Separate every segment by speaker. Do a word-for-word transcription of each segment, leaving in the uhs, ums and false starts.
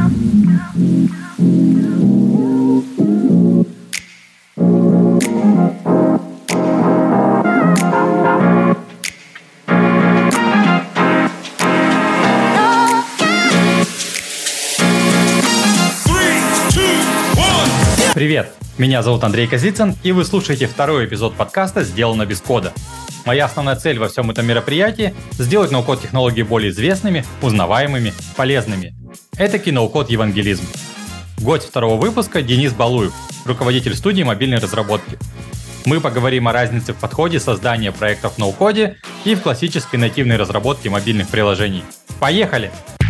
Speaker 1: Привет, меня зовут Андрей Козицын, и вы слушаете второй эпизод подкаста «Сделано без кода». Моя основная цель во всем этом мероприятии – сделать ноу-код технологии более известными, узнаваемыми, полезными. Это ноу-код евангелизм. Гость второго выпуска – Денис Балуев, руководитель студии мобильной разработки. Мы поговорим о разнице в подходе создания проектов в ноу-коде и в классической нативной разработке мобильных приложений. Поехали!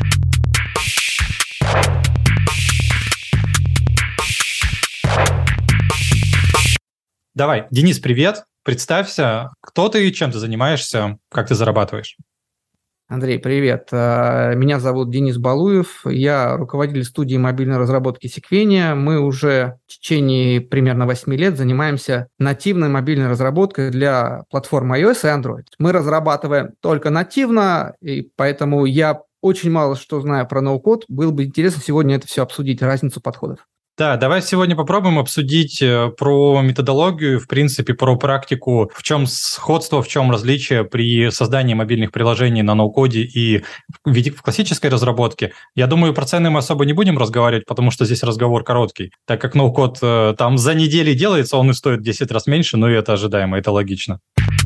Speaker 1: Давай, Денис, привет. Представься, кто ты, чем ты занимаешься, как ты зарабатываешь?
Speaker 2: Андрей, привет. Меня зовут Денис Балуев. Я руководитель студии мобильной разработки Sequenia. Мы уже в течение примерно восемь лет занимаемся нативной мобильной разработкой для платформ iOS и Android. Мы разрабатываем только нативно, и поэтому я очень мало что знаю про ноу-код. Было бы интересно сегодня это все обсудить, разницу подходов.
Speaker 1: Да, давай сегодня попробуем обсудить про методологию, в принципе, про практику, в чем сходство, в чем различие при создании мобильных приложений на ноу-коде и в классической разработке. Я думаю, про цены мы особо не будем разговаривать, потому что здесь разговор короткий, так как ноу-код там за неделю делается, он и стоит в десять раз меньше, но и это ожидаемо, это логично.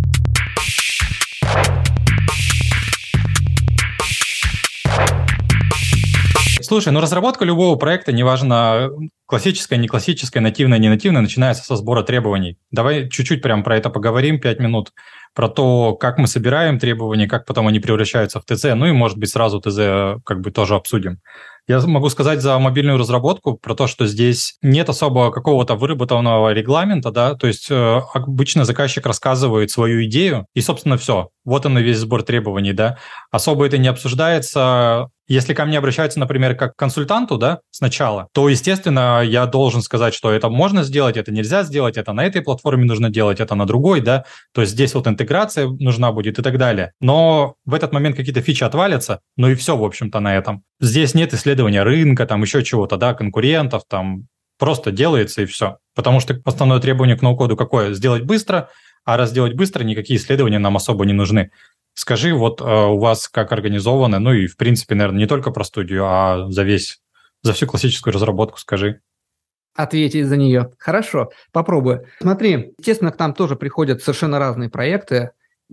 Speaker 1: Слушай, ну разработка любого проекта, неважно, классическая, не классическая, нативная, не нативная, начинается со сбора требований. Давай чуть-чуть прям про это поговорим, пять минут, про то, как мы собираем требования, как потом они превращаются в ТЗ, ну и, может быть, сразу ТЗ как бы тоже обсудим. Я могу сказать за мобильную разработку про то, что здесь нет особо какого-то выработанного регламента, да, то есть э, обычно заказчик рассказывает свою идею, и, собственно, все. Вот он и весь сбор требований, да. Особо это не обсуждается. Если ко мне обращаются, например, как к консультанту, да, сначала, то, естественно, я должен сказать, что это можно сделать, это нельзя сделать, это на этой платформе нужно делать, это на другой, да, то есть здесь вот интеграция нужна будет и так далее. Но в этот момент какие-то фичи отвалятся, ну и все, в общем-то, на этом. Здесь нет исследования рынка, там еще чего-то, да, конкурентов, там просто делается и все. Потому что основное требование к ноу-коду какое? Сделать быстро, а раз сделать быстро, никакие исследования нам особо не нужны. Скажи, вот э, у вас как организовано, ну и, в принципе, наверное, не только про студию, а за весь, за всю классическую разработку скажи.
Speaker 2: Ответить за нее. Хорошо, попробую. Смотри, естественно, к нам тоже приходят совершенно разные проекты,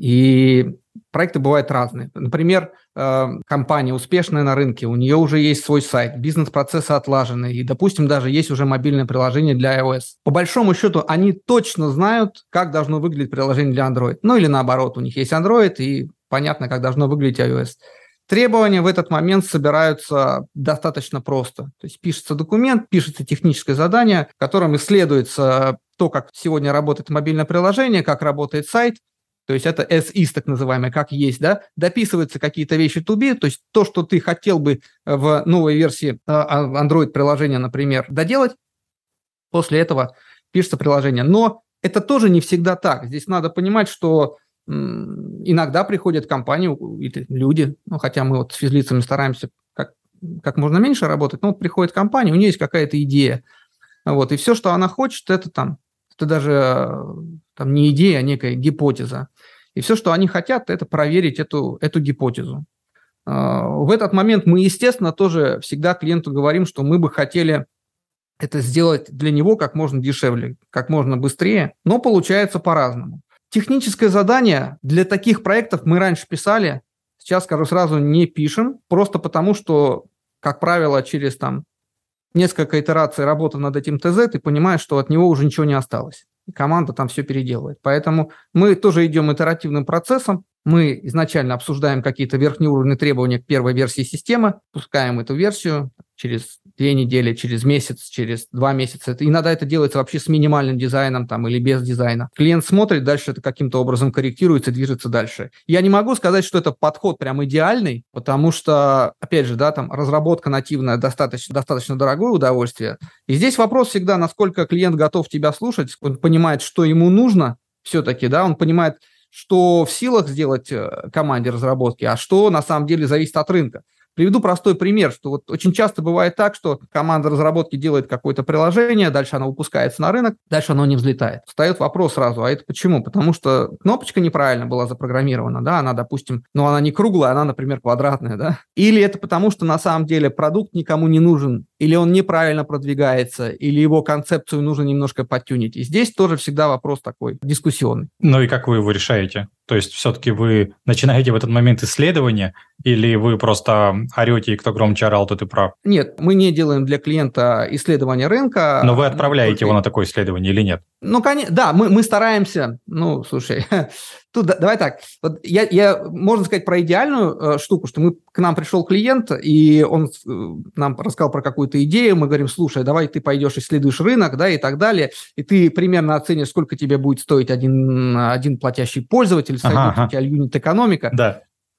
Speaker 2: и проекты бывают разные. Например, э, компания успешная на рынке, у нее уже есть свой сайт, бизнес-процессы отлажены, и, допустим, даже есть уже мобильное приложение для iOS. По большому счету, они точно знают, как должно выглядеть приложение для Android. Ну или наоборот, у них есть Android, и понятно, как должно выглядеть iOS. Требования в этот момент собираются достаточно просто. То есть пишется документ, пишется техническое задание, в котором исследуется то, как сегодня работает мобильное приложение, как работает сайт. То есть это эс ис, так называемое, как есть, да, дописываются какие-то вещи to be, то есть то, что ты хотел бы в новой версии Android-приложения, например, доделать, после этого пишется приложение. Но это тоже не всегда так. Здесь надо понимать, что м, иногда приходят компании или люди, ну, хотя мы вот с физлицами стараемся как, как можно меньше работать, но вот приходит компания, у нее есть какая-то идея, вот, и все, что она хочет, это там, это даже там не идея, а некая гипотеза. И все, что они хотят, это проверить эту, эту гипотезу. В этот момент мы, естественно, тоже всегда клиенту говорим, что мы бы хотели это сделать для него как можно дешевле, как можно быстрее, но получается по-разному. Техническое задание для таких проектов мы раньше писали, сейчас, скажу сразу, не пишем, просто потому что, как правило, через там, несколько итераций работы над этим ТЗ, ты понимаешь, что от него уже ничего не осталось. И команда там все переделывает. Поэтому мы тоже идем итеративным процессом. Мы изначально обсуждаем какие-то верхнеуровневые требования к первой версии системы, пускаем эту версию через две недели, через месяц, через два месяца. Иногда это делается вообще с минимальным дизайном там, или без дизайна. Клиент смотрит, дальше это каким-то образом корректируется, движется дальше. Я не могу сказать, что это подход прям идеальный, потому что, опять же, да, там разработка нативная достаточно, достаточно дорогое удовольствие. И здесь вопрос всегда, насколько клиент готов тебя слушать, он понимает, что ему нужно все-таки, да, он понимает, что в силах сделать команде разработки, а что на самом деле зависит от рынка. Приведу простой пример, что вот очень часто бывает так, что команда разработки делает какое-то приложение, дальше оно выпускается на рынок, дальше оно не взлетает. Встает вопрос сразу, а это почему? Потому что кнопочка неправильно была запрограммирована, да, она, допустим, ну, она не круглая, она, например, квадратная, да, или это потому, что на самом деле продукт никому не нужен, или он неправильно продвигается, или его концепцию нужно немножко подтюнить. И здесь тоже всегда вопрос такой дискуссионный.
Speaker 1: Ну и как вы его решаете? То есть все-таки вы начинаете в этот момент исследования, или вы просто орете, и кто громче орал, тот и прав?
Speaker 2: Нет, мы не делаем для клиента исследования рынка.
Speaker 1: Но вы отправляете
Speaker 2: только...
Speaker 1: его на такое исследование или нет?
Speaker 2: Ну, конечно, да, мы, мы стараемся, ну, слушай, тут давай так, вот я, я, можно сказать про идеальную э, штуку, что мы, к нам пришел клиент, и он э, нам рассказал про какую-то идею, мы говорим, слушай, давай ты пойдешь исследуешь рынок, да, и так далее, и ты примерно оценишь, сколько тебе будет стоить один, один платящий пользователь, сойдет ага, у тебя юнит-экономика.
Speaker 1: Да.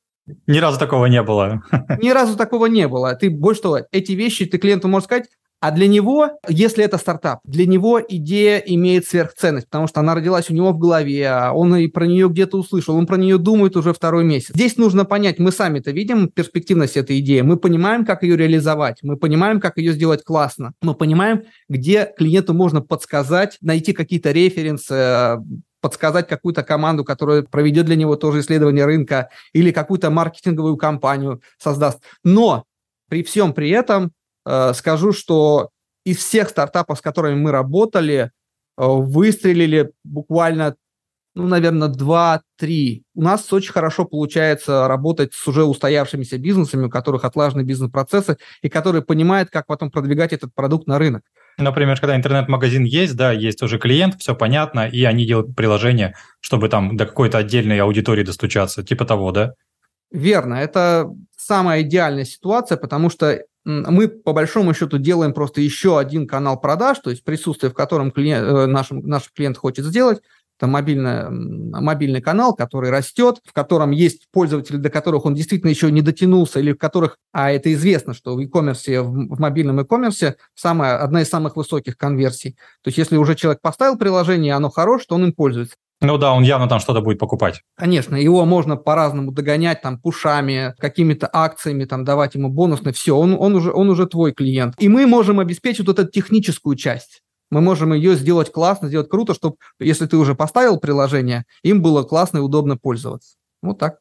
Speaker 1: Ни разу такого не было.
Speaker 2: Ни разу такого не было. Ты больше того, эти вещи ты клиенту можешь сказать, а для него, если это стартап, для него идея имеет сверхценность, потому что она родилась у него в голове, он и про нее где-то услышал, он про нее думает уже второй месяц. Здесь нужно понять, мы сами-то видим перспективность этой идеи, мы понимаем, как ее реализовать, мы понимаем, как ее сделать классно, мы понимаем, где клиенту можно подсказать, найти какие-то референсы, подсказать какую-то команду, которая проведет для него тоже исследование рынка или какую-то маркетинговую кампанию создаст. Но при всем при этом э, скажу, что из всех стартапов, с которыми мы работали, э, выстрелили буквально, ну, наверное, два-три. У нас очень хорошо получается работать с уже устоявшимися бизнесами, у которых отлажены бизнес-процессы и которые понимают, как потом продвигать этот продукт на рынок.
Speaker 1: Например, когда интернет-магазин есть, да, есть уже клиент, все понятно, и они делают приложение, чтобы там до какой-то отдельной аудитории достучаться, типа того, да?
Speaker 2: Верно, это самая идеальная ситуация, потому что мы, по большому счету, делаем просто еще один канал продаж, то есть присутствие, в котором клиент, наш, наш клиент хочет сделать. Это мобильный, мобильный канал, который растет, в котором есть пользователи, до которых он действительно еще не дотянулся, или в которых, а это известно, что в e-commerce, в, в мобильном e-commerce самая, одна из самых высоких конверсий. То есть если уже человек поставил приложение, оно хорошее, то он им пользуется.
Speaker 1: Ну да, он явно там что-то будет покупать.
Speaker 2: Конечно, его можно по-разному догонять, там, пушами, какими-то акциями, там, давать ему бонусные, все, он, он, уже, он уже твой клиент. И мы можем обеспечить вот эту техническую часть. Мы можем ее сделать классно, сделать круто, чтобы, если ты уже поставил приложение, им было классно и удобно пользоваться. Вот так.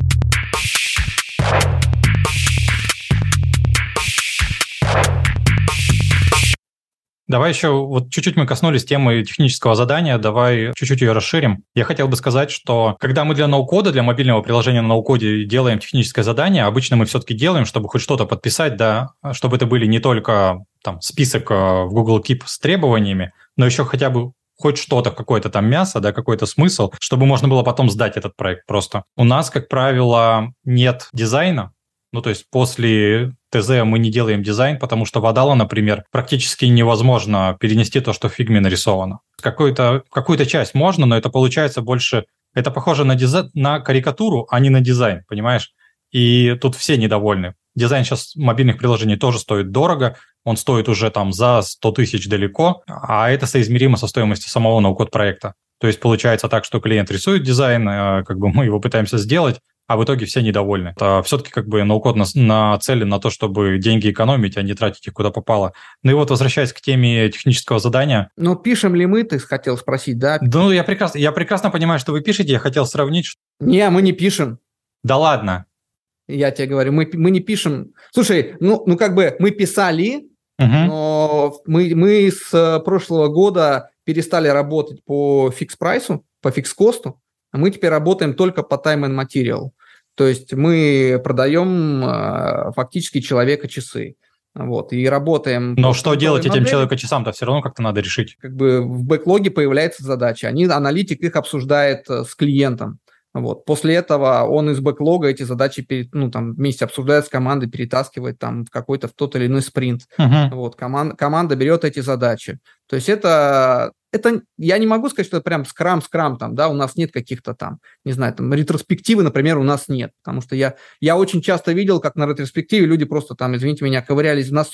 Speaker 1: Давай еще, вот чуть-чуть мы коснулись темы технического задания, давай чуть-чуть ее расширим. Я хотел бы сказать, что когда мы для ноу-кода, для мобильного приложения на ноу-коде делаем техническое задание, обычно мы все-таки делаем, чтобы хоть что-то подписать, да, чтобы это были не только там список в Google Keep с требованиями, но еще хотя бы хоть что-то, какое-то там мясо, да, какой-то смысл, чтобы можно было потом сдать этот проект просто. У нас, как правило, нет дизайна. Ну, то есть после ТЗ мы не делаем дизайн, потому что в Adalo, например, практически невозможно перенести то, что в фигме нарисовано. Какую-то, какую-то часть можно, но это получается больше... Это похоже на, дизайн, на карикатуру, а не на дизайн, понимаешь? И тут все недовольны. Дизайн сейчас мобильных приложений тоже стоит дорого, он стоит уже там за сто тысяч далеко, а это соизмеримо со стоимостью самого ноу-код проекта. То есть получается так, что клиент рисует дизайн, как бы мы его пытаемся сделать, а в итоге все недовольны. Это все-таки как бы ноу-код нацелен на то, чтобы деньги экономить, а не тратить их куда попало. Ну и вот возвращаясь к теме технического задания.
Speaker 2: Ну, пишем ли мы, ты хотел спросить, да?
Speaker 1: Да, ну я прекрасно, я прекрасно понимаю, что вы пишете, я хотел сравнить. Что...
Speaker 2: Не, мы не пишем.
Speaker 1: Да ладно.
Speaker 2: Я тебе говорю, мы, мы не пишем. Слушай, ну, ну как бы мы писали, угу. но мы, мы с прошлого года перестали работать по фикс-прайсу, по фикс-косту, а мы теперь работаем только по time and material. То есть мы продаем э, фактически человека часы. Вот, и работаем...
Speaker 1: Но что делать этим человека часам-то все равно как-то надо решить.
Speaker 2: Как бы в бэклоге появляется задача. Они, аналитик их обсуждает с клиентом. Вот. После этого он из бэклога эти задачи ну, там, вместе обсуждает с командой, перетаскивает там, в какой-то в тот или иной спринт. Uh-huh. Вот. Коман- команда берет эти задачи. То есть это, это, я не могу сказать, что это прям скрам-скрам, там, да, у нас нет каких-то там, не знаю, там, ретроспективы, например, у нас нет. Потому что я, я очень часто видел, как на ретроспективе люди просто там, извините меня, ковырялись в носу,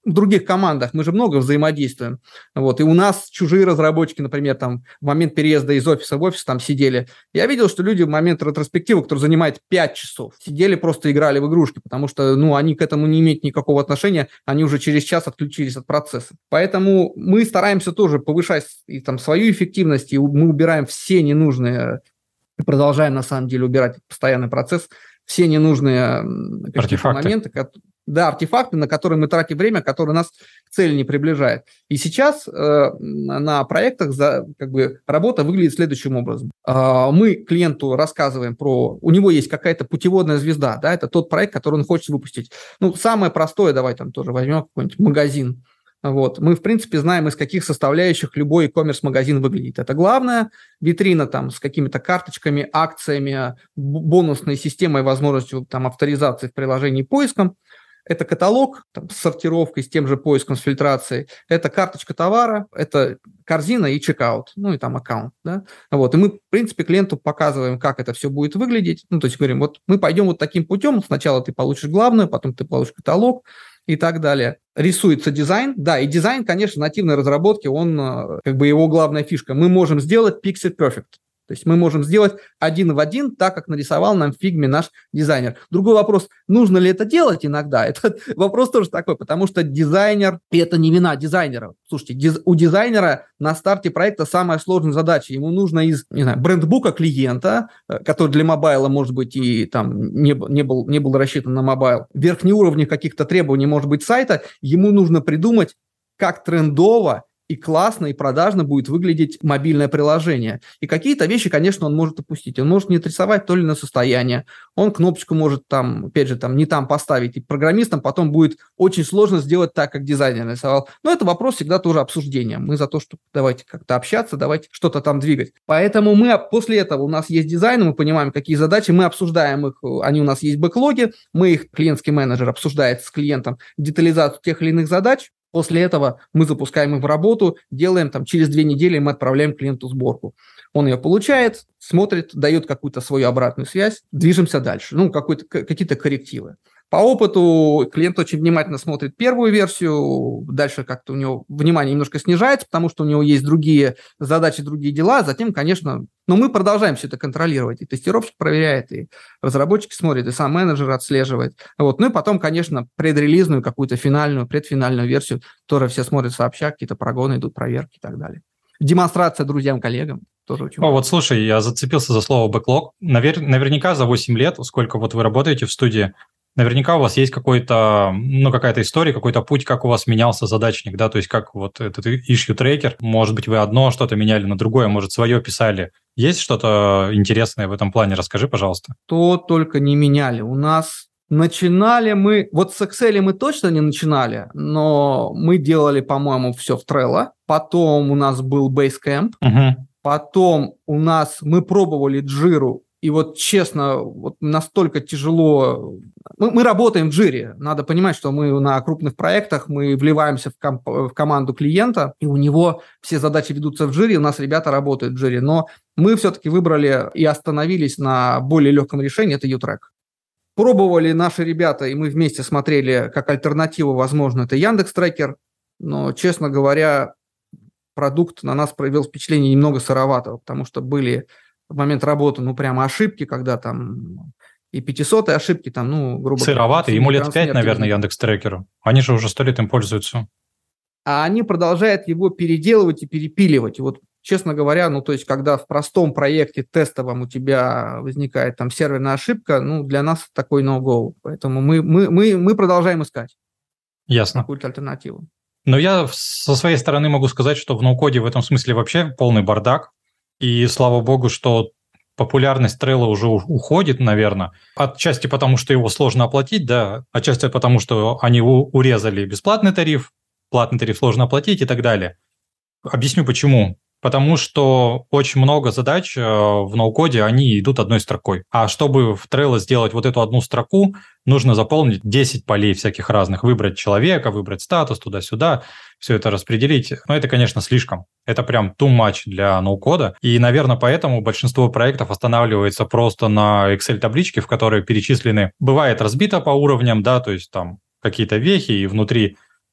Speaker 2: в других командах мы же много взаимодействуем. Вот. И у нас чужие разработчики, например, там в момент переезда из офиса в офис там сидели. Я видел, что люди в момент ретроспективы, который занимает пять часов, сидели, просто играли в игрушки, потому что ну, они к этому не имеют никакого отношения, они уже через час отключились от процесса. Поэтому мы стараемся тоже повышать и, там, свою эффективность, и мы убираем все ненужные, продолжаем на самом деле убирать постоянный процесс, все ненужные моменты, да, артефакты, на которые мы тратим время, которые нас к цели не приближают. И сейчас э, на проектах за, как бы, работа выглядит следующим образом. Э, мы клиенту рассказываем про... У него есть какая-то путеводная звезда, да, это тот проект, который он хочет выпустить. Ну, самое простое, давай там тоже возьмем какой-нибудь магазин. Вот. Мы, в принципе, знаем, из каких составляющих любой e-commerce магазин выглядит. Это главное, витрина там с какими-то карточками, акциями, бонусной системой, возможностью там авторизации в приложении поиском. Это каталог там, с сортировкой, с тем же поиском, с фильтрацией. Это карточка товара, это корзина и чекаут, ну и там аккаунт. Да? Вот. И мы, в принципе, клиенту показываем, как это все будет выглядеть. Ну, то есть говорим, вот мы пойдем вот таким путем. Сначала ты получишь главную, потом ты получишь каталог и так далее. Рисуется дизайн. Да, и дизайн, конечно, нативной разработки, он как бы его главная фишка. Мы можем сделать pixel perfect. То есть мы можем сделать один в один, так, как нарисовал нам в фигме наш дизайнер. Другой вопрос, нужно ли это делать иногда? Этот вопрос тоже такой, потому что дизайнер, и это не вина дизайнера. Слушайте, диз, у дизайнера на старте проекта самая сложная задача. Ему нужно из, не знаю, брендбука клиента, который для мобайла, может быть, и там не, не, был, не был рассчитан на мобайл, верхнеуровневых каких-то требований, может быть, сайта, ему нужно придумать, как трендово и классно, и продажно будет выглядеть мобильное приложение. И какие-то вещи, конечно, он может опустить. Он может не отрисовать то или иное состояние. Он кнопочку может там, опять же, там не там поставить. И программистам потом будет очень сложно сделать так, как дизайнер нарисовал. Но это вопрос всегда тоже обсуждения. Мы за то, что давайте как-то общаться, давайте что-то там двигать. Поэтому мы после этого у нас есть дизайн, мы понимаем, какие задачи, мы обсуждаем их, они у нас есть в бэклоге, мы их, клиентский менеджер обсуждает с клиентом детализацию тех или иных задач. После этого мы запускаем их в работу, делаем там через две недели, мы отправляем клиенту сборку. Он ее получает, смотрит, дает какую-то свою обратную связь, движемся дальше, ну, какой-то, какие-то коррективы. По опыту клиент очень внимательно смотрит первую версию, дальше как-то у него внимание немножко снижается, потому что у него есть другие задачи, другие дела. Затем, конечно, но мы продолжаем все это контролировать. И тестировщик проверяет, и разработчики смотрят, и сам менеджер отслеживает. Вот. Ну и потом, конечно, предрелизную какую-то финальную, предфинальную версию тоже все смотрят сообща, какие-то прогоны идут, проверки и так далее. Демонстрация друзьям, коллегам. Тоже очень
Speaker 1: О, вот слушай, я зацепился за слово бэклог. Навер... Наверняка за восемь лет, сколько вот вы работаете в студии, наверняка у вас есть какой-то, ну, какая-то история, какой-то путь, как у вас менялся задачник, да, то есть как вот этот issue tracker, может быть, вы одно что-то меняли на другое, может, свое писали. Есть что-то интересное в этом плане? Расскажи, пожалуйста.
Speaker 2: То только не меняли. У нас начинали мы, вот с Excel мы точно не начинали, но мы делали, по-моему, все в Trello. Потом у нас был Basecamp. Угу. Потом у нас, мы пробовали Jira. И вот честно, вот настолько тяжело... Мы, мы работаем в Jira. Надо понимать, что мы на крупных проектах, мы вливаемся в, комп- в команду клиента, и у него все задачи ведутся в Jira, у нас ребята работают в Jira. Но мы все-таки выбрали и остановились на более легком решении, это U-Track. Пробовали наши ребята, и мы вместе смотрели, как альтернатива, возможно, это Яндекс.Трекер. Но, честно говоря, продукт на нас произвел впечатление немного сыроватого, потому что были... в момент работы, ну, прямо ошибки, когда там и пятисотые ошибки, там, ну, грубо говоря...
Speaker 1: Сыроватый, ему лет пять, наверное, Яндекс.Трекеру. Они же уже сто лет им пользуются.
Speaker 2: А они продолжают его переделывать и перепиливать. И вот, честно говоря, ну, то есть, когда в простом проекте тестовом у тебя возникает там серверная ошибка, ну, для нас такой no-go. Поэтому мы, мы, мы, мы продолжаем искать.
Speaker 1: Ясно.
Speaker 2: Какую-то альтернативу.
Speaker 1: Но я со своей стороны могу сказать, что в ноу-коде в этом смысле вообще полный бардак. И слава богу, что популярность Trello уже уходит, наверное. Отчасти потому, что его сложно оплатить, да, отчасти потому, что они урезали бесплатный тариф, платный тариф сложно оплатить и так далее. Объясню почему. Потому что очень много задач в ноу-коде, они идут одной строкой. А чтобы в Trello сделать вот эту одну строку, нужно заполнить десять полей всяких разных. Выбрать человека, выбрать статус, туда-сюда, все это распределить. Но это, конечно, слишком. Это прям too much для ноу-кода. И, наверное, поэтому большинство проектов останавливается просто на Excel-табличке, в которой перечислены... Бывает разбито по уровням, да, то есть там какие-то вехи, и внутри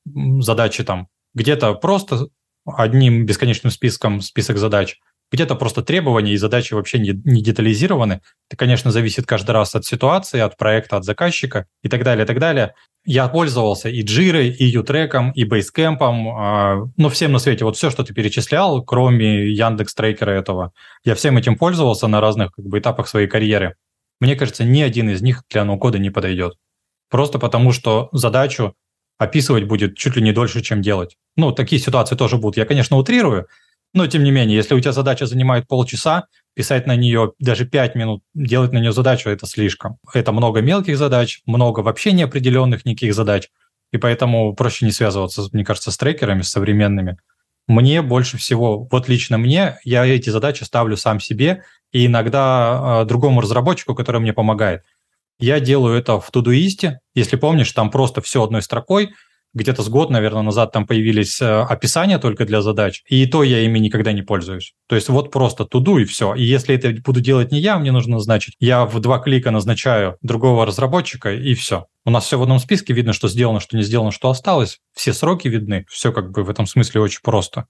Speaker 1: задачи там где-то просто одним бесконечным списком список задач, где-то просто требования и задачи вообще не, не детализированы. Это, конечно, зависит каждый раз от ситуации, от проекта, от заказчика и так далее, и так далее. Я пользовался и Jira, и Ю-треком, и Basecamp, ну, всем на свете. Вот все, что ты перечислял, кроме Яндекс.Трекера этого, я всем этим пользовался на разных как бы, этапах своей карьеры. Мне кажется, ни один из них для ноу-кода не подойдет. Просто потому, что задачу описывать будет чуть ли не дольше, чем делать. Ну, такие ситуации тоже будут. Я, конечно, утрирую, но, тем не менее, если у тебя задача занимает полчаса, писать на нее даже пять минут, делать на нее задачу – это слишком. Это много мелких задач, много вообще неопределенных никаких задач, и поэтому проще не связываться, мне кажется, с трекерами, с современными. Мне больше всего, вот лично мне, я эти задачи ставлю сам себе и иногда э, другому разработчику, который мне помогает. Я делаю это в Todoist. Если помнишь, там просто все одной строкой. Где-то с год, наверное, назад там появились описания только для задач, и то я ими никогда не пользуюсь. То есть вот просто туду и все. И если это буду делать не я, мне нужно назначить, я в два клика назначаю другого разработчика, и все. У нас все в одном списке, видно, что сделано, что не сделано, что осталось. Все сроки видны. Все как бы в этом смысле очень просто.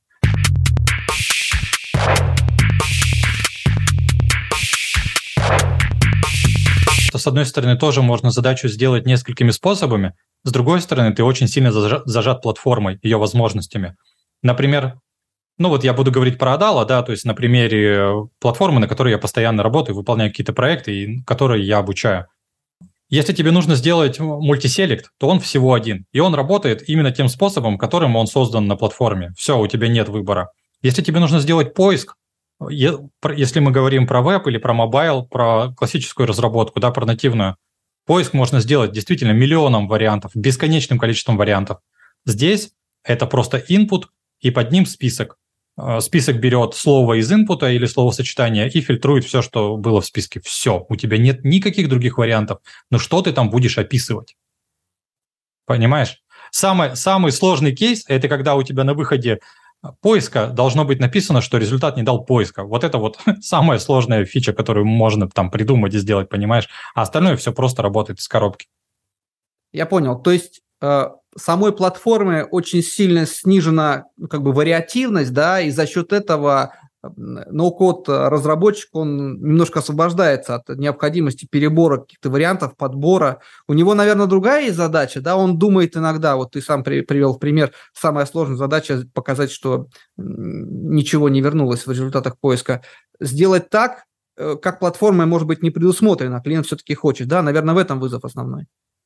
Speaker 1: С одной стороны, тоже можно задачу сделать несколькими способами, с другой стороны, ты очень сильно зажат, зажат платформой, ее возможностями. Например, ну вот я буду говорить про Adalo, да, то есть на примере платформы, на которой я постоянно работаю, выполняю какие-то проекты, и которые я обучаю. Если тебе нужно сделать мультиселект, то он всего один, и он работает именно тем способом, которым он создан на платформе. Все, у тебя нет выбора. Если тебе нужно сделать поиск, если мы говорим про веб или про мобайл, про классическую разработку, да, про нативную, поиск можно сделать действительно миллионом вариантов, бесконечным количеством вариантов. Здесь это просто input, и под ним список. Список берет слово из инпута или словосочетание и фильтрует все, что было в списке. Все, у тебя нет никаких других вариантов. Но что ты там будешь описывать? Понимаешь? Самый, самый сложный кейс – это когда у тебя на выходе поиска должно быть написано, что результат не дал поиска. Вот это вот самая сложная фича, которую можно там придумать и сделать, понимаешь? А остальное все просто работает из коробки.
Speaker 2: Я понял. То есть э, самой платформы очень сильно снижена как бы вариативность, да, и за счет этого ноу-код разработчик, он немножко освобождается от необходимости перебора каких-то вариантов, подбора. У него, наверное, другая есть задача, да, он думает иногда, вот ты сам при, привел в пример, самая сложная задача показать, что ничего не вернулось в результатах поиска. Сделать так, как платформа, может быть, не предусмотрена, клиент все-таки хочет, да, наверное, в этом вызов основной.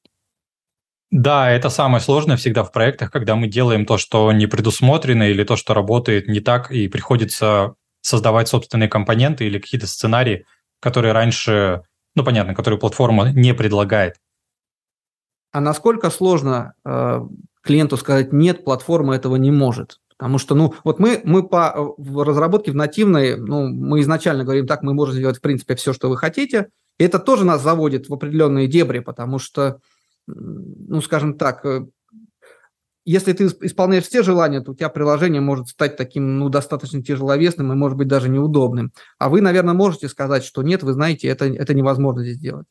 Speaker 1: Да, это самое сложное всегда в проектах, когда мы делаем то, что не предусмотрено, или то, что работает не так, и приходится создавать собственные компоненты или какие-то сценарии, которые раньше, ну, понятно, которые платформа не предлагает.
Speaker 2: А насколько сложно э, клиенту сказать, нет, платформа этого не может? Потому что, ну, вот мы, мы по в разработке в нативной, ну, мы изначально говорим так, мы можем сделать, в принципе, все, что вы хотите, и это тоже нас заводит в определенные дебри, потому что, ну, скажем так, если ты исполняешь все желания, то у тебя приложение может стать таким, ну, достаточно тяжеловесным и, может быть, даже неудобным. А вы, наверное, можете сказать, что нет, вы знаете, это, это невозможно здесь сделать.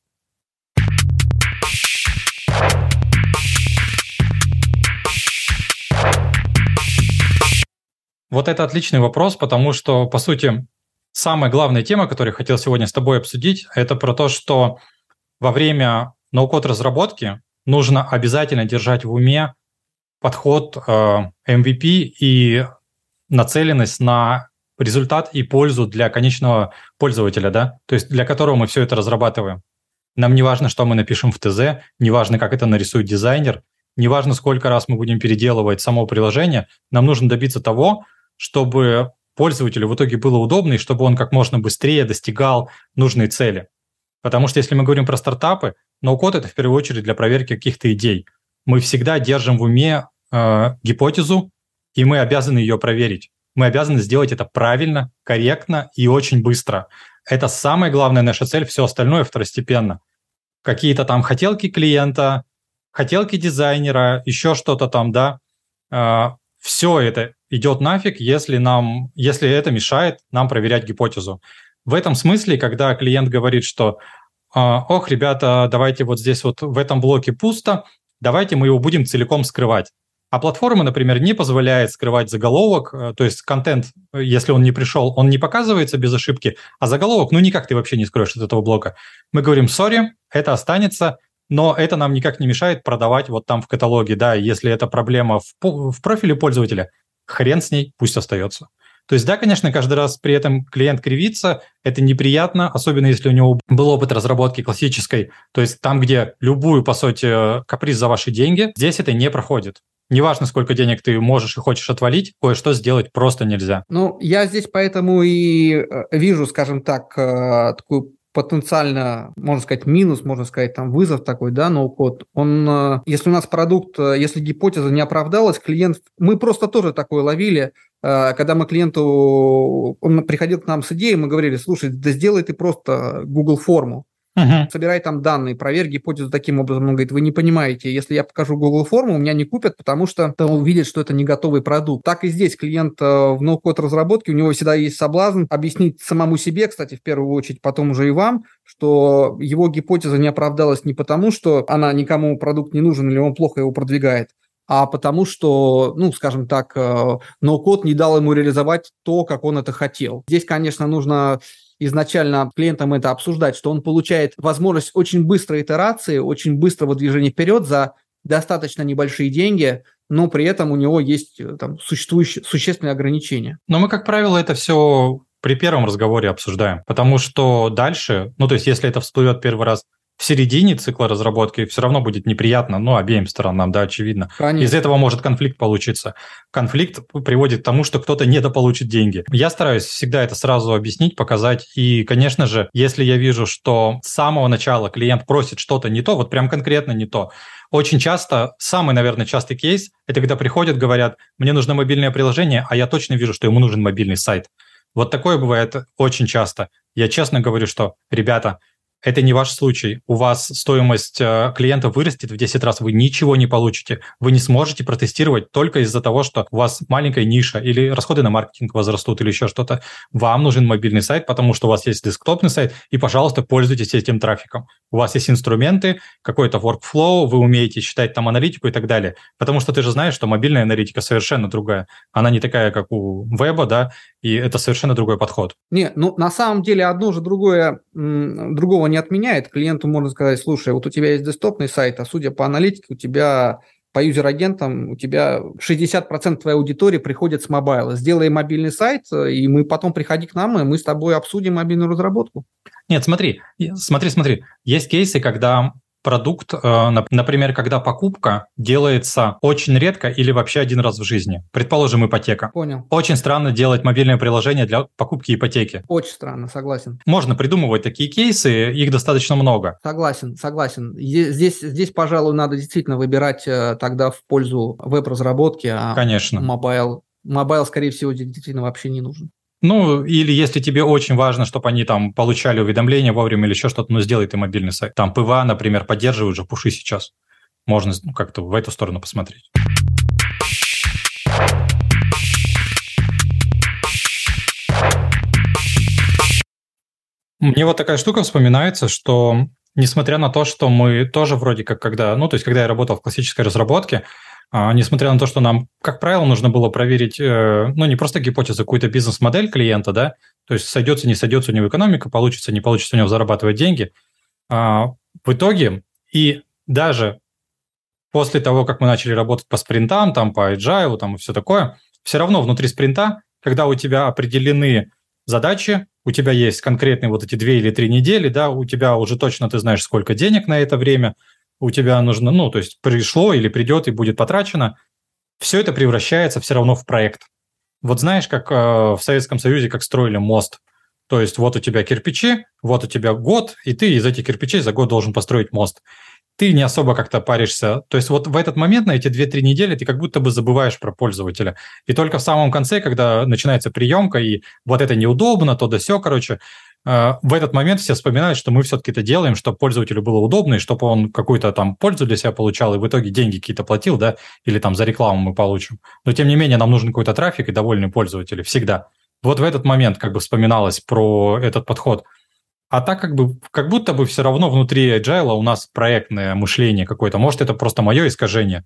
Speaker 1: Вот это отличный вопрос, потому что, по сути, самая главная тема, которую я хотел сегодня с тобой обсудить, это про то, что во время ноу-код разработки нужно обязательно держать в уме подход э, эм ви пи и нацеленность на результат и пользу для конечного пользователя, да, то есть для которого мы все это разрабатываем. Нам не важно, что мы напишем в ТЗ, не важно, как это нарисует дизайнер, не важно, сколько раз мы будем переделывать само приложение, нам нужно добиться того, чтобы пользователю в итоге было удобно и чтобы он как можно быстрее достигал нужной цели. Потому что если мы говорим про стартапы, ноу-код – это в первую очередь для проверки каких-то идей. Мы всегда держим в уме э, гипотезу, и мы обязаны ее проверить. Мы обязаны сделать это правильно, корректно и очень быстро. Это самая главная наша цель, все остальное второстепенно. Какие-то там хотелки клиента, хотелки дизайнера, еще что-то там, да. Э, все это идет нафиг, если, нам, если это мешает нам проверять гипотезу. В этом смысле, когда клиент говорит, что «Ох, ребята, давайте вот здесь вот в этом блоке пусто, давайте мы его будем целиком скрывать». А платформа, например, не позволяет скрывать заголовок, то есть контент, если он не пришел, он не показывается без ошибки, а заголовок, ну никак ты вообще не скроешь от этого блока. Мы говорим, сори, это останется, но это нам никак не мешает продавать вот там в каталоге, да, если это проблема в, в профиле пользователя, хрен с ней, пусть остается. То есть, да, конечно, каждый раз при этом клиент кривится, это неприятно, особенно если у него был опыт разработки классической, то есть там, где любую, по сути, каприз за ваши деньги, здесь это не проходит. Неважно, сколько денег ты можешь и хочешь отвалить, кое-что сделать просто нельзя.
Speaker 2: Ну, я здесь поэтому и вижу, скажем так, такую потенциально, можно сказать, минус, можно сказать, там вызов такой, да, ноу-код. Он, если у нас продукт, если гипотеза не оправдалась, клиент, мы просто тоже такое ловили, когда мы клиенту, он приходил к нам с идеей, мы говорили, слушай, да сделай ты просто Google форму. Uh-huh. Собирай там данные, проверь гипотезу таким образом. Он говорит, вы не понимаете, если я покажу Google форму, у меня не купят, потому что он увидит, что это не готовый продукт. Так и здесь клиент в ноу-код разработке, у него всегда есть соблазн объяснить самому себе, кстати, в первую очередь, потом уже и вам, что его гипотеза не оправдалась не потому, что она никому продукт не нужен или он плохо его продвигает, а потому что, ну, скажем так, ноу-код не дал ему реализовать то, как он это хотел. Здесь, конечно, нужно изначально клиентам это обсуждать, что он получает возможность очень быстрой итерации, очень быстрого движения вперед за достаточно небольшие деньги, но при этом у него есть там существующие существенные ограничения.
Speaker 1: Но мы, как правило, это все при первом разговоре обсуждаем, потому что дальше, ну, то есть если это всплывет первый раз в середине цикла разработки, все равно будет неприятно, ну, обеим сторонам, да, очевидно. Конечно. Из этого может конфликт получиться. Конфликт приводит к тому, что кто-то недополучит деньги. Я стараюсь всегда это сразу объяснить, показать. И, конечно же, если я вижу, что с самого начала клиент просит что-то не то, вот прям конкретно не то, очень часто, самый, наверное, частый кейс, это когда приходят, говорят, мне нужно мобильное приложение, а я точно вижу, что ему нужен мобильный сайт. Вот такое бывает очень часто. Я честно говорю, что, ребята, это не ваш случай. У вас стоимость клиента вырастет в десять раз, вы ничего не получите. Вы не сможете протестировать только из-за того, что у вас маленькая ниша или расходы на маркетинг возрастут или еще что-то. Вам нужен мобильный сайт, потому что у вас есть десктопный сайт, и, пожалуйста, пользуйтесь этим трафиком. У вас есть инструменты, какой-то workflow, вы умеете считать там аналитику и так далее. Потому что ты же знаешь, что мобильная аналитика совершенно другая. Она не такая, как у веба, да, и это совершенно другой подход.
Speaker 2: Не, ну, на самом деле одно же другое, другого не отменяет. Клиенту можно сказать, слушай, вот у тебя есть десктопный сайт, а судя по аналитике, у тебя по юзер-агентам, у тебя шестьдесят процентов твоей аудитории приходит с мобайла. Сделай мобильный сайт, и мы потом приходи к нам, и мы с тобой обсудим мобильную разработку.
Speaker 1: Нет, смотри, смотри, смотри. Есть кейсы, когда продукт, например, когда покупка делается очень редко или вообще один раз в жизни. Предположим, ипотека.
Speaker 2: Понял.
Speaker 1: Очень странно делать мобильное приложение для покупки ипотеки.
Speaker 2: Очень странно, согласен.
Speaker 1: Можно придумывать такие кейсы, их достаточно много.
Speaker 2: Согласен, согласен. Здесь, здесь, пожалуй, надо действительно выбирать тогда в пользу веб-разработки, а
Speaker 1: Конечно.
Speaker 2: мобайл, мобайл, скорее всего, действительно вообще не нужен.
Speaker 1: Ну, или если тебе очень важно, чтобы они там получали уведомления вовремя или еще что-то, ну, сделай ты мобильный сайт. Там пи ви эй, например, поддерживают же пуши сейчас. Можно ну, как-то в эту сторону посмотреть. Мне вот такая штука вспоминается, что несмотря на то, что мы тоже вроде как когда, ну, то есть когда я работал в классической разработке, а, несмотря на то, что нам, как правило, нужно было проверить, э, ну, не просто гипотезу, какую-то бизнес-модель клиента, да, то есть сойдется, не сойдется у него экономика, получится, не получится у него зарабатывать деньги. А, в итоге, и даже после того, как мы начали работать по спринтам, там, по agile, там, и все такое, все равно внутри спринта, когда у тебя определены задачи, у тебя есть конкретные вот эти две или три недели, да, у тебя уже точно ты знаешь, сколько денег на это время, у тебя нужно, ну, то есть пришло или придет и будет потрачено, все это превращается все равно в проект. Вот знаешь, как э, в Советском Союзе, как строили мост. То есть вот у тебя кирпичи, вот у тебя год, и ты из этих кирпичей за год должен построить мост. Ты не особо как-то паришься. То есть вот в этот момент, на эти две-три недели, ты как будто бы забываешь про пользователя. И только в самом конце, когда начинается приемка, и вот это неудобно, то да сё, короче, в этот момент все вспоминают, что мы все-таки это делаем, чтобы пользователю было удобно, и чтобы он какую-то там пользу для себя получал, и в итоге деньги какие-то платил, да, или там за рекламу мы получим. Но тем не менее нам нужен какой-то трафик и довольные пользователи всегда. Вот в этот момент как бы вспоминалось про этот подход. А так как бы, как будто бы все равно внутри agile у нас проектное мышление какое-то. Может, это просто мое искажение.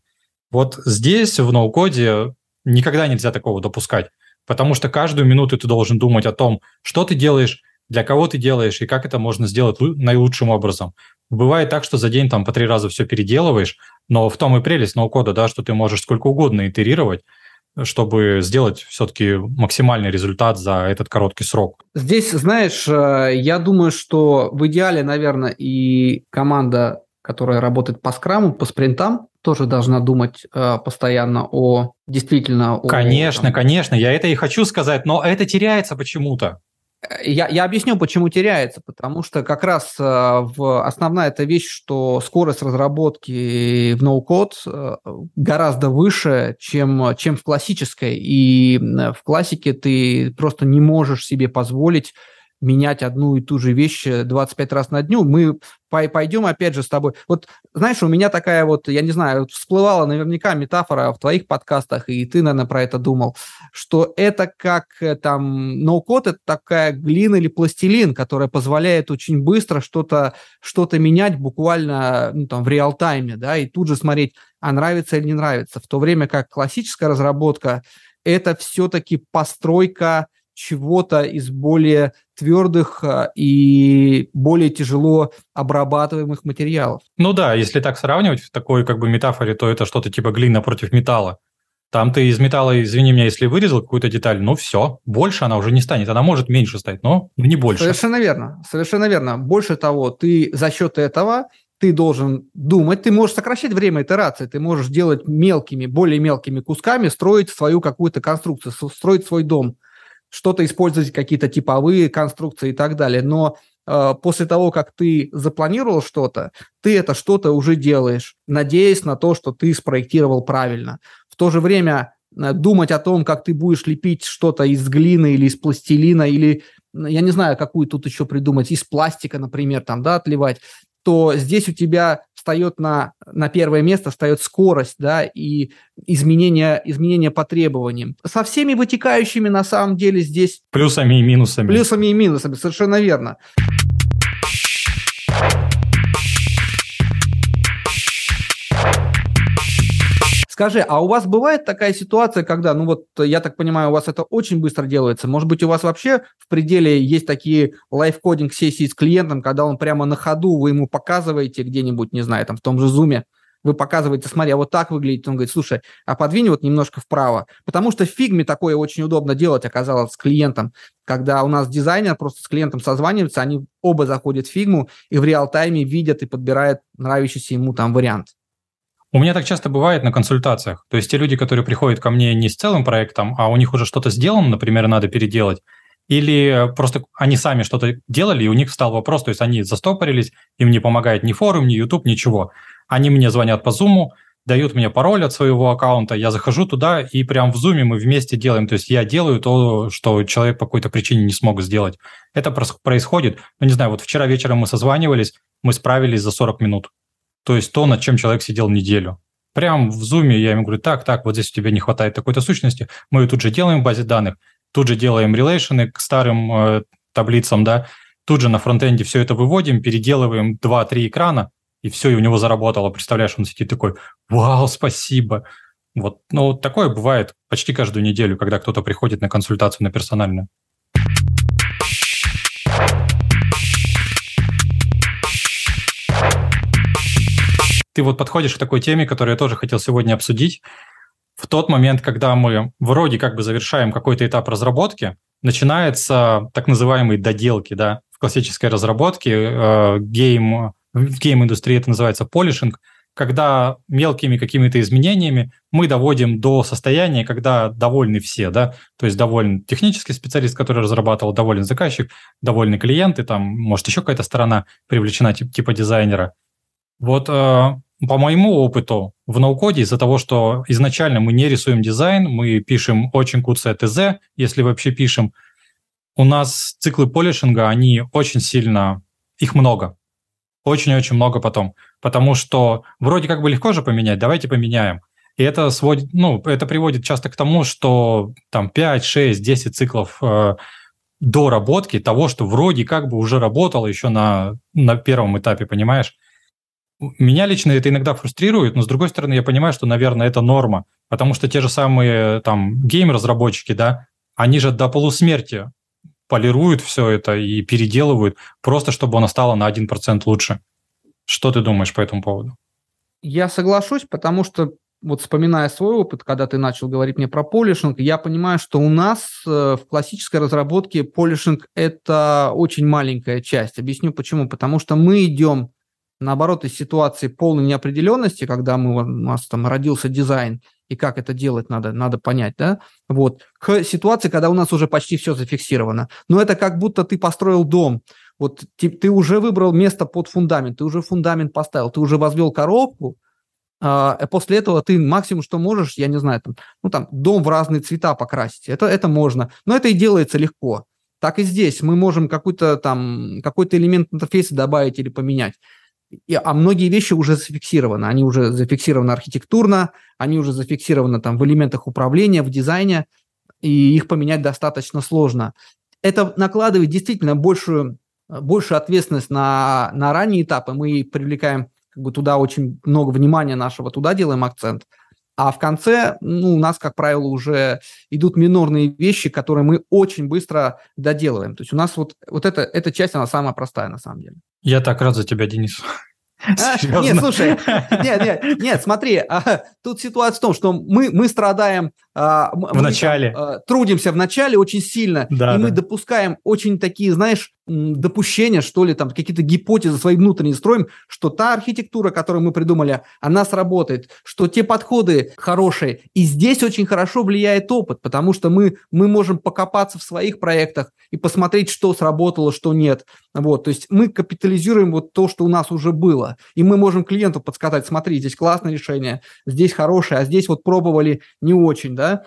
Speaker 1: Вот здесь в ноу-коде никогда нельзя такого допускать, потому что каждую минуту ты должен думать о том, что ты делаешь, для кого ты делаешь и как это можно сделать наилучшим образом. Бывает так, что за день там по три раза все переделываешь, но в том и прелесть ноу-кода, да, что ты можешь сколько угодно итерировать, чтобы сделать все-таки максимальный результат за этот короткий срок.
Speaker 2: Здесь, знаешь, я думаю, что в идеале, наверное, и команда, которая работает по скраму, по спринтам, тоже должна думать э, постоянно о действительно...
Speaker 1: Конечно,
Speaker 2: о, там...
Speaker 1: конечно, я это и хочу сказать, но это теряется почему-то.
Speaker 2: Я, я объясню, почему теряется, потому что как раз э, в, основная эта вещь, что скорость разработки в ноу-код э, гораздо выше, чем, чем в классической, и в классике ты просто не можешь себе позволить менять одну и ту же вещь двадцать пять раз на дню. Мы пойдем опять же с тобой. Вот, знаешь, у меня такая вот, я не знаю, всплывала наверняка метафора в твоих подкастах, и ты, наверное, про это думал, что это как там ноу-код, это такая глина или пластилин, которая позволяет очень быстро что-то, что-то менять буквально ну, там, в реал-тайме, да, и тут же смотреть, а нравится или не нравится. В то время как классическая разработка – это все-таки постройка чего-то из более твердых и более тяжело обрабатываемых материалов.
Speaker 1: Ну да, если так сравнивать в такой как бы метафоре, то это что-то типа глина против металла. Там ты из металла, извини меня, если вырезал какую-то деталь, ну все, больше она уже не станет. Она может меньше стать, но не больше.
Speaker 2: Совершенно верно, совершенно верно. Больше того, ты за счет этого ты должен думать, ты можешь сокращать время итерации, ты можешь делать мелкими, более мелкими кусками, строить свою какую-то конструкцию, строить свой дом, что-то использовать, какие-то типовые конструкции и так далее. Но э, после того, как ты запланировал что-то, ты это что-то уже делаешь, надеясь на то, что ты спроектировал правильно. В то же время э, думать о том, как ты будешь лепить что-то из глины или из пластилина, или, я не знаю, какую тут еще придумать, из пластика, например, там, да, отливать, то здесь у тебя встает на, на первое место, встает скорость, да, и изменение, изменение по требованиям. Со всеми вытекающими, на самом деле, здесь...
Speaker 1: Плюсами и минусами.
Speaker 2: Плюсами и минусами, совершенно верно. Скажи, а у вас бывает такая ситуация, когда, ну вот, я так понимаю, у вас это очень быстро делается, может быть, у вас вообще в пределе есть такие лайфкодинг-сессии с клиентом, когда он прямо на ходу, вы ему показываете где-нибудь, не знаю, там в том же Zoom, вы показываете, смотри, а вот так выглядит, он говорит, слушай, а подвинь вот немножко вправо, потому что в фигме такое очень удобно делать, оказалось, с клиентом, когда у нас дизайнер просто с клиентом созванивается, они оба заходят в фигму и в реал-тайме видят и подбирают нравящийся ему там вариант.
Speaker 1: У меня так часто бывает на консультациях. То есть те люди, которые приходят ко мне не с целым проектом, а у них уже что-то сделано, например, надо переделать, или просто они сами что-то делали, и у них встал вопрос, то есть они застопорились, им не помогает ни форум, ни YouTube, ничего. Они мне звонят по Zoom, дают мне пароль от своего аккаунта, я захожу туда, и прям в Zoom мы вместе делаем. То есть я делаю то, что человек по какой-то причине не смог сделать. Это происходит, ну не знаю, вот вчера вечером мы созванивались, мы справились за сорок минут. То есть то, над чем человек сидел неделю. Прям в Zoom я ему говорю, так, так, вот здесь у тебя не хватает такой-то сущности, мы ее тут же делаем в базе данных, тут же делаем релейшены к старым э, таблицам, да, тут же на фронтенде все это выводим, переделываем два-три экрана, и все, и у него заработало. Представляешь, он сидит такой, вау, спасибо. Вот, ну, такое бывает почти каждую неделю, когда кто-то приходит на консультацию на персональную. Ты вот подходишь к такой теме, которую я тоже хотел сегодня обсудить. В тот момент, когда мы вроде как бы завершаем какой-то этап разработки, начинаются так называемые доделки, да, в классической разработке, э, гейм, в гейм-индустрии это называется полишинг, когда мелкими какими-то изменениями мы доводим до состояния, когда довольны все, да, то есть доволен технический специалист, который разрабатывал, доволен заказчик, довольны клиенты, там, может, еще какая-то сторона привлечена типа дизайнера. Вот э, по моему опыту в ноу-коде из-за того, что изначально мы не рисуем дизайн, мы пишем очень куцое ТЗ, если вообще пишем, у нас циклы полишинга, они очень сильно, их много, очень-очень много потом, потому что вроде как бы легко же поменять, давайте поменяем. И это сводит, ну, это приводит часто к тому, что там пять, шесть, десять циклов э, доработки того, что вроде как бы уже работало еще на, на первом этапе, понимаешь? Меня лично это иногда фрустрирует, но, с другой стороны, я понимаю, что, наверное, это норма, потому что те же самые там гейм-разработчики, да, они же до полусмерти полируют все это и переделывают, просто чтобы оно стало на один процент лучше. Что ты думаешь по этому поводу?
Speaker 2: Я соглашусь, потому что, вот вспоминая свой опыт, когда ты начал говорить мне про полишинг, я понимаю, что у нас в классической разработке полишинг – это очень маленькая часть. Объясню почему. Потому что мы идем, наоборот, из ситуации полной неопределенности, когда мы, у нас там родился дизайн, и как это делать надо, надо понять, да, вот, к ситуации, когда у нас уже почти все зафиксировано. Но это как будто ты построил дом. Вот ты, ты уже выбрал место под фундамент, ты уже фундамент поставил, ты уже возвел коробку, а после этого ты максимум, что можешь, я не знаю, там, ну, там, дом в разные цвета покрасить. Это, это можно, но это и делается легко. Так и здесь мы можем какой-то там, какой-то элемент интерфейса добавить или поменять. И, а многие вещи уже зафиксированы. Они уже зафиксированы архитектурно, они уже зафиксированы там в элементах управления, в дизайне, и их поменять достаточно сложно. Это накладывает действительно большую, большую ответственность на, на ранние этапы. Мы привлекаем как бы туда очень много внимания нашего, туда делаем акцент. А в конце, ну, у нас, как правило, уже идут минорные вещи, которые мы очень быстро доделываем. То есть у нас вот, вот эта, эта часть, она самая простая на самом деле.
Speaker 1: Я так рад за тебя, Денис.
Speaker 2: А, нет, слушай, нет, нет, нет, смотри, а, тут ситуация в том, что мы, мы страдаем, а, мы,
Speaker 1: в начале,
Speaker 2: там, а, трудимся в начале очень сильно, да, и да. мы допускаем очень такие, знаешь, допущения, что ли, там какие-то гипотезы свои внутренние строим, что та архитектура, которую мы придумали, она сработает, что те подходы хорошие, и здесь очень хорошо влияет опыт, потому что мы, мы можем покопаться в своих проектах и посмотреть, что сработало, что нет, вот, то есть мы капитализируем вот то, что у нас уже было, и мы можем клиенту подсказать, смотри, здесь классное решение, здесь хорошее, а здесь вот пробовали не очень, да.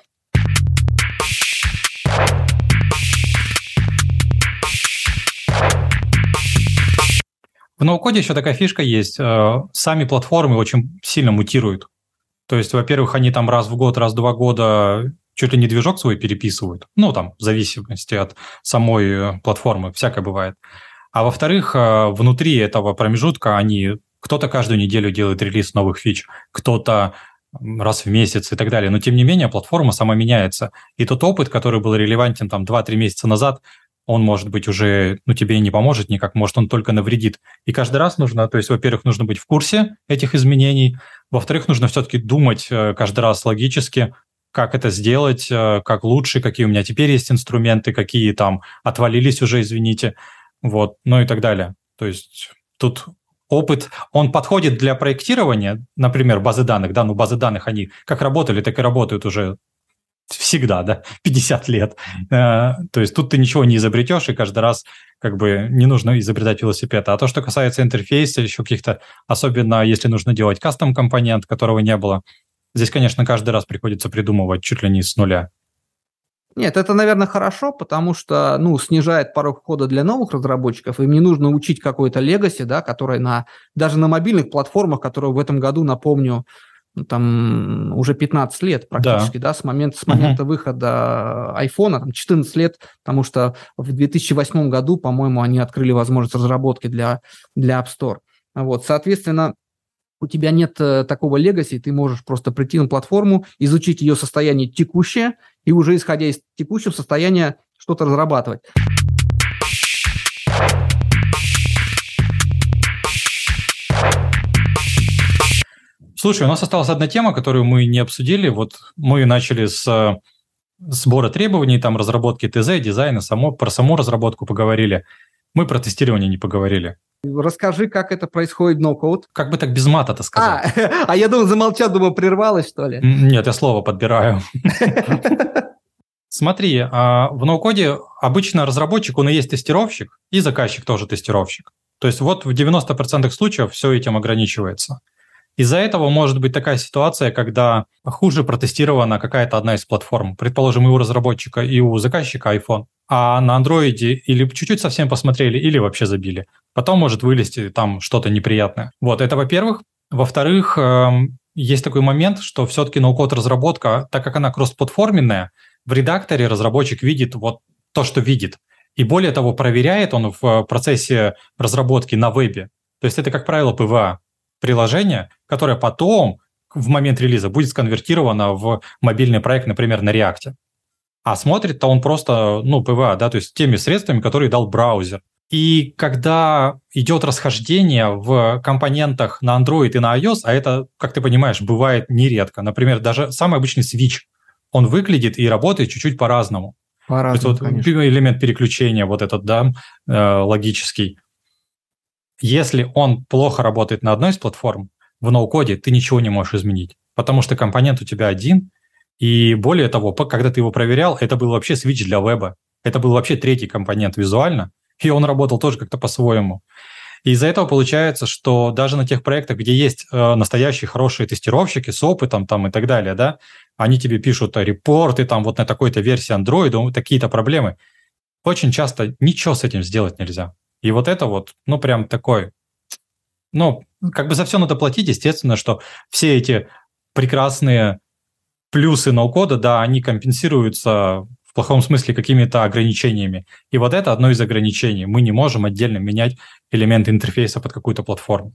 Speaker 1: В ноу-коде еще такая фишка есть. Сами платформы очень сильно мутируют. То есть, во-первых, они там раз в год, раз в два года чуть ли не движок свой переписывают. Ну, там, в зависимости от самой платформы. Всякое бывает. А во-вторых, внутри этого промежутка они... Кто-то каждую неделю делает релиз новых фич, кто-то раз в месяц и так далее. Но, тем не менее, платформа сама меняется. И тот опыт, который был релевантен там два-три месяца назад, он, может быть, уже, ну, тебе не поможет никак, может, он только навредит. И каждый раз нужно, то есть, во-первых, нужно быть в курсе этих изменений, во-вторых, нужно все-таки думать каждый раз логически, как это сделать, как лучше, какие у меня теперь есть инструменты, какие там отвалились уже, извините, вот, ну и так далее. То есть тут опыт, он подходит для проектирования, например, базы данных, да, ну, базы данных, они как работали, так и работают уже всегда, да, пятьдесят лет. То есть тут ты ничего не изобретешь, и каждый раз как бы не нужно изобретать велосипед. А то, что касается интерфейса, еще каких-то, особенно если нужно делать кастом-компонент, которого не было, здесь, конечно, каждый раз приходится придумывать чуть ли не с нуля.
Speaker 2: Нет, это, наверное, хорошо, потому что, ну, снижает порог входа для новых разработчиков, им не нужно учить какой-то легаси, да, который на, даже на мобильных платформах, которые в этом году, напомню, ну, там уже пятнадцать лет практически, да, да с момента, с момента uh-huh. выхода айфона, там четырнадцать лет, потому что в две тысячи восьмом году, по-моему, они открыли возможность разработки для, для App Store. Вот, соответственно, у тебя нет э, такого легаси, ты можешь просто прийти на платформу, изучить ее состояние текущее и уже исходя из текущего состояния что-то разрабатывать.
Speaker 1: Слушай, у нас осталась одна тема, которую мы не обсудили. Вот мы начали с сбора требований, там разработки ТЗ, дизайна, само, про саму разработку поговорили. Мы про тестирование не поговорили.
Speaker 2: Расскажи, как это происходит в ноу-код.
Speaker 1: Как бы так без мата-то сказать?
Speaker 2: А, а я думал, замолчал, думал, прервалось, что ли?
Speaker 1: Нет, я слово подбираю. Смотри, в ноу-коде обычно разработчик, он и есть тестировщик, и заказчик тоже тестировщик. То есть вот в девяноста процентах случаев все этим ограничивается. Из-за этого может быть такая ситуация, когда хуже протестирована какая-то одна из платформ. Предположим, и у разработчика, и у заказчика iPhone. А на Android или чуть-чуть совсем посмотрели, или вообще забили. Потом может вылезти там что-то неприятное. Вот, это во-первых. Во-вторых, есть такой момент, что все-таки ноу-код разработка, так как она кроссплатформенная, в редакторе разработчик видит вот то, что видит. И более того, проверяет он в процессе разработки на вебе. То есть это, как правило, пи ви эй. приложение, которое потом в момент релиза будет сконвертировано в мобильный проект, например, на React. А смотрит-то он просто, ну, пи ви эй, да, то есть теми средствами, которые дал браузер. И когда идет расхождение в компонентах на Android и на iOS, а это, как ты понимаешь, бывает нередко. Например, даже самый обычный Switch, он выглядит и работает чуть-чуть по-разному.
Speaker 2: По-разному,
Speaker 1: то есть вот элемент переключения вот этот, да, логический. Если он плохо работает на одной из платформ, в ноу-коде ты ничего не можешь изменить, потому что компонент у тебя один, и более того, когда ты его проверял, это был вообще Switch для веба, это был вообще третий компонент визуально, и он работал тоже как-то по-своему. И из-за этого получается, что даже на тех проектах, где есть э, настоящие хорошие тестировщики с опытом там, и так далее, да, они тебе пишут репорты там, вот на такой-то версии Android, такие-то проблемы. Очень часто ничего с этим сделать нельзя. И вот это вот, ну, прям такой, ну, как бы за все надо платить, естественно, что все эти прекрасные плюсы ноу-кода, да, они компенсируются в плохом смысле какими-то ограничениями. И вот это одно из ограничений. Мы не можем отдельно менять элементы интерфейса под какую-то платформу.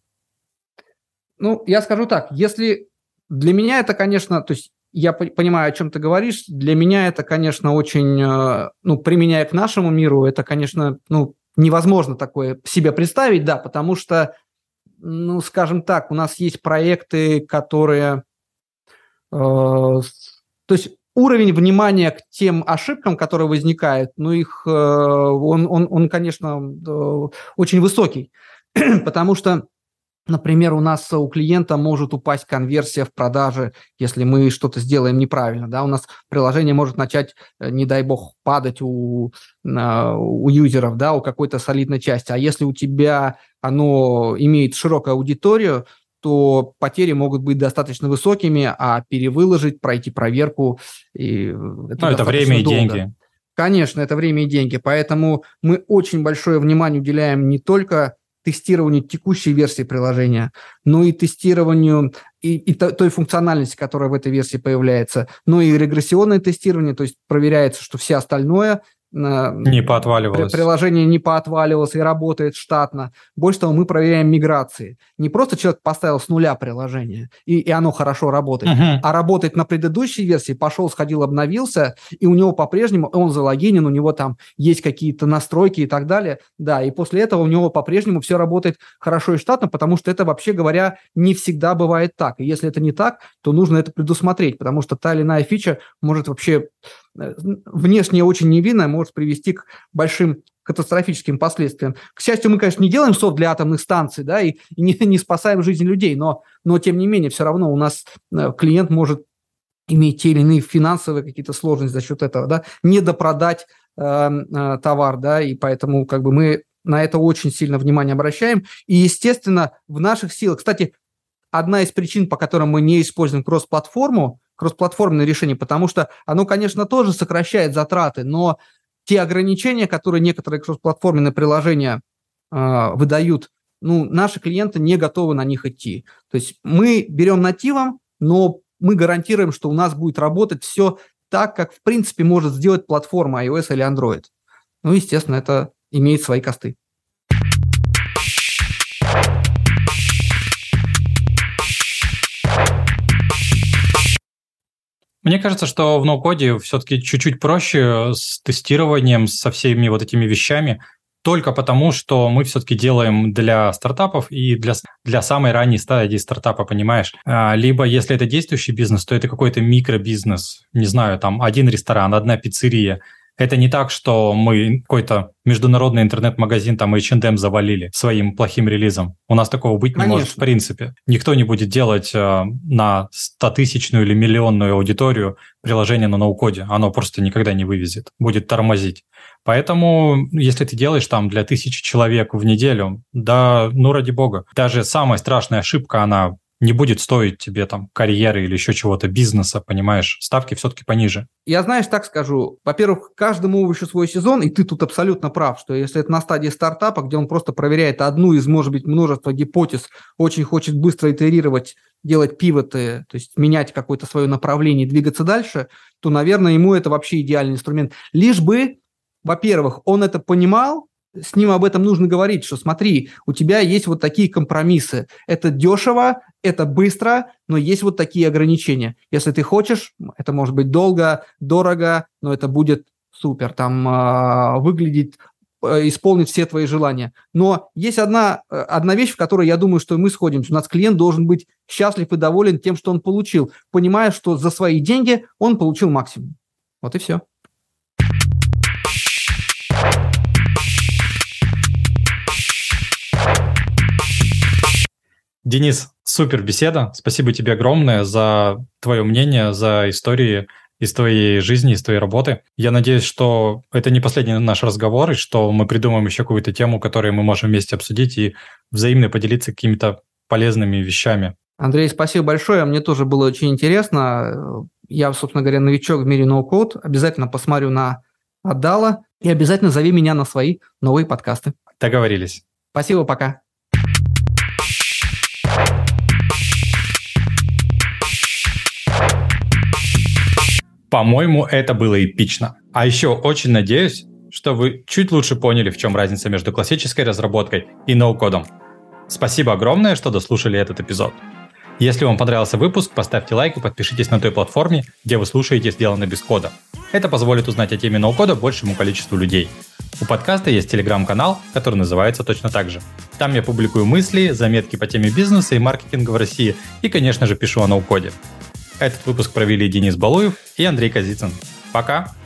Speaker 2: Ну, я скажу так, если для меня это, конечно, то есть я понимаю, о чем ты говоришь, для меня это, конечно, очень, ну, применяя к нашему миру, это, конечно, ну, невозможно такое себе представить, да, потому что, ну, скажем так, у нас есть проекты, которые, э, то есть уровень внимания к тем ошибкам, которые возникают, ну, их, э, он, он, он, конечно, э, очень высокий, потому что, например, у нас у клиента может упасть конверсия в продаже, если мы что-то сделаем неправильно. Да? У нас приложение может начать, не дай бог, падать у, у юзеров, да, у какой-то солидной части. А если у тебя оно имеет широкую аудиторию, то потери могут быть достаточно высокими, а перевыложить, пройти проверку... И это
Speaker 1: ну, это время и
Speaker 2: долго.
Speaker 1: деньги.
Speaker 2: Конечно, это время и деньги. Поэтому мы очень большое внимание уделяем не только тестированию текущей версии приложения, но и тестированию и, и той функциональности, которая в этой версии появляется, но и регрессионное тестирование, то есть проверяется, что все остальное
Speaker 1: не поотваливалось.
Speaker 2: Приложение не поотваливалось и работает штатно. Больше того, мы проверяем миграции. Не просто человек поставил с нуля приложение, и, и оно хорошо работает, uh-huh. а работает на предыдущей версии, пошел, сходил, обновился, и у него по-прежнему, он залогинен, у него там есть какие-то настройки и так далее. Да, и после этого у него по-прежнему все работает хорошо и штатно, потому что это, вообще говоря, не всегда бывает так. И если это не так, то нужно это предусмотреть, потому что та или иная фича может вообще... внешне очень невинная, может привести к большим катастрофическим последствиям. К счастью, мы, конечно, не делаем софт для атомных станций, да, и, и не, не спасаем жизнь людей, но, но, тем не менее, все равно у нас клиент может иметь те или иные финансовые какие-то сложности за счет этого, да, недопродать э, э, товар, да, и поэтому как бы мы на это очень сильно внимание обращаем. И, естественно, в наших силах, кстати, одна из причин, по которым мы не используем кросс-платформу, кроссплатформенное решение, потому что оно, конечно, тоже сокращает затраты, но те ограничения, которые некоторые кроссплатформенные приложения э, выдают, ну, наши клиенты не готовы на них идти. То есть мы берем нативом, но мы гарантируем, что у нас будет работать все так, как, в принципе, может сделать платформа iOS или Android. Ну, естественно, это имеет свои косты.
Speaker 1: Мне кажется, что в ноу-коде все-таки чуть-чуть проще с тестированием, со всеми вот этими вещами, только потому, что мы все-таки делаем для стартапов и для, для самой ранней стадии стартапа, понимаешь? Либо если это действующий бизнес, то это какой-то микробизнес, не знаю, там один ресторан, одна пиццерия. Это не так, что мы какой-то международный интернет-магазин, там эйч энд эм завалили своим плохим релизом. У нас такого быть
Speaker 2: Конечно.
Speaker 1: не может в принципе. Никто не будет делать э, на стотысячную или миллионную аудиторию приложение на ноу-коде. Оно просто никогда не вывезет, будет тормозить. Поэтому, если ты делаешь там для тысячи человек в неделю, да, ну ради бога. Даже самая страшная ошибка, она не будет стоить тебе там карьеры или еще чего-то, бизнеса, понимаешь? Ставки все-таки пониже.
Speaker 2: Я, знаешь, так скажу. Во-первых, каждому овощу свой сезон, и ты тут абсолютно прав, что если это на стадии стартапа, где он просто проверяет одну из, может быть, множества гипотез, очень хочет быстро итерировать, делать пивоты, то есть менять какое-то свое направление и двигаться дальше, то, наверное, ему это вообще идеальный инструмент. Лишь бы, во-первых, он это понимал, с ним об этом нужно говорить, что смотри, у тебя есть вот такие компромиссы. Это дешево, это быстро, но есть вот такие ограничения. Если ты хочешь, это может быть долго, дорого, но это будет супер, там э, выглядит, э, исполнить все твои желания. Но есть одна, одна вещь, в которой я думаю, что мы сходимся. У нас клиент должен быть счастлив и доволен тем, что он получил, понимая, что за свои деньги он получил максимум. Вот и все.
Speaker 1: Денис, супер беседа. Спасибо тебе огромное за твое мнение, за истории из твоей жизни, из твоей работы. Я надеюсь, что это не последний наш разговор, и что мы придумаем еще какую-то тему, которую мы можем вместе обсудить и взаимно поделиться какими-то полезными вещами.
Speaker 2: Андрей, спасибо большое. Мне тоже было очень интересно. Я, собственно говоря, новичок в мире ноу-код. Обязательно посмотрю на Адала и обязательно зови меня на свои новые подкасты.
Speaker 1: Договорились.
Speaker 2: Спасибо, пока.
Speaker 1: По-моему, это было эпично. А еще очень надеюсь, что вы чуть лучше поняли, в чем разница между классической разработкой и ноу-кодом. Спасибо огромное, что дослушали этот эпизод. Если вам понравился выпуск, поставьте лайк и подпишитесь на той платформе, где вы слушаете «Сделано без кода». Это позволит узнать о теме ноу-кода большему количеству людей. У подкаста есть телеграм-канал, который называется точно так же. Там я публикую мысли, заметки по теме бизнеса и маркетинга в России и, конечно же, пишу о ноу-коде. Этот выпуск провели Денис Балуев и Андрей Козицын. Пока!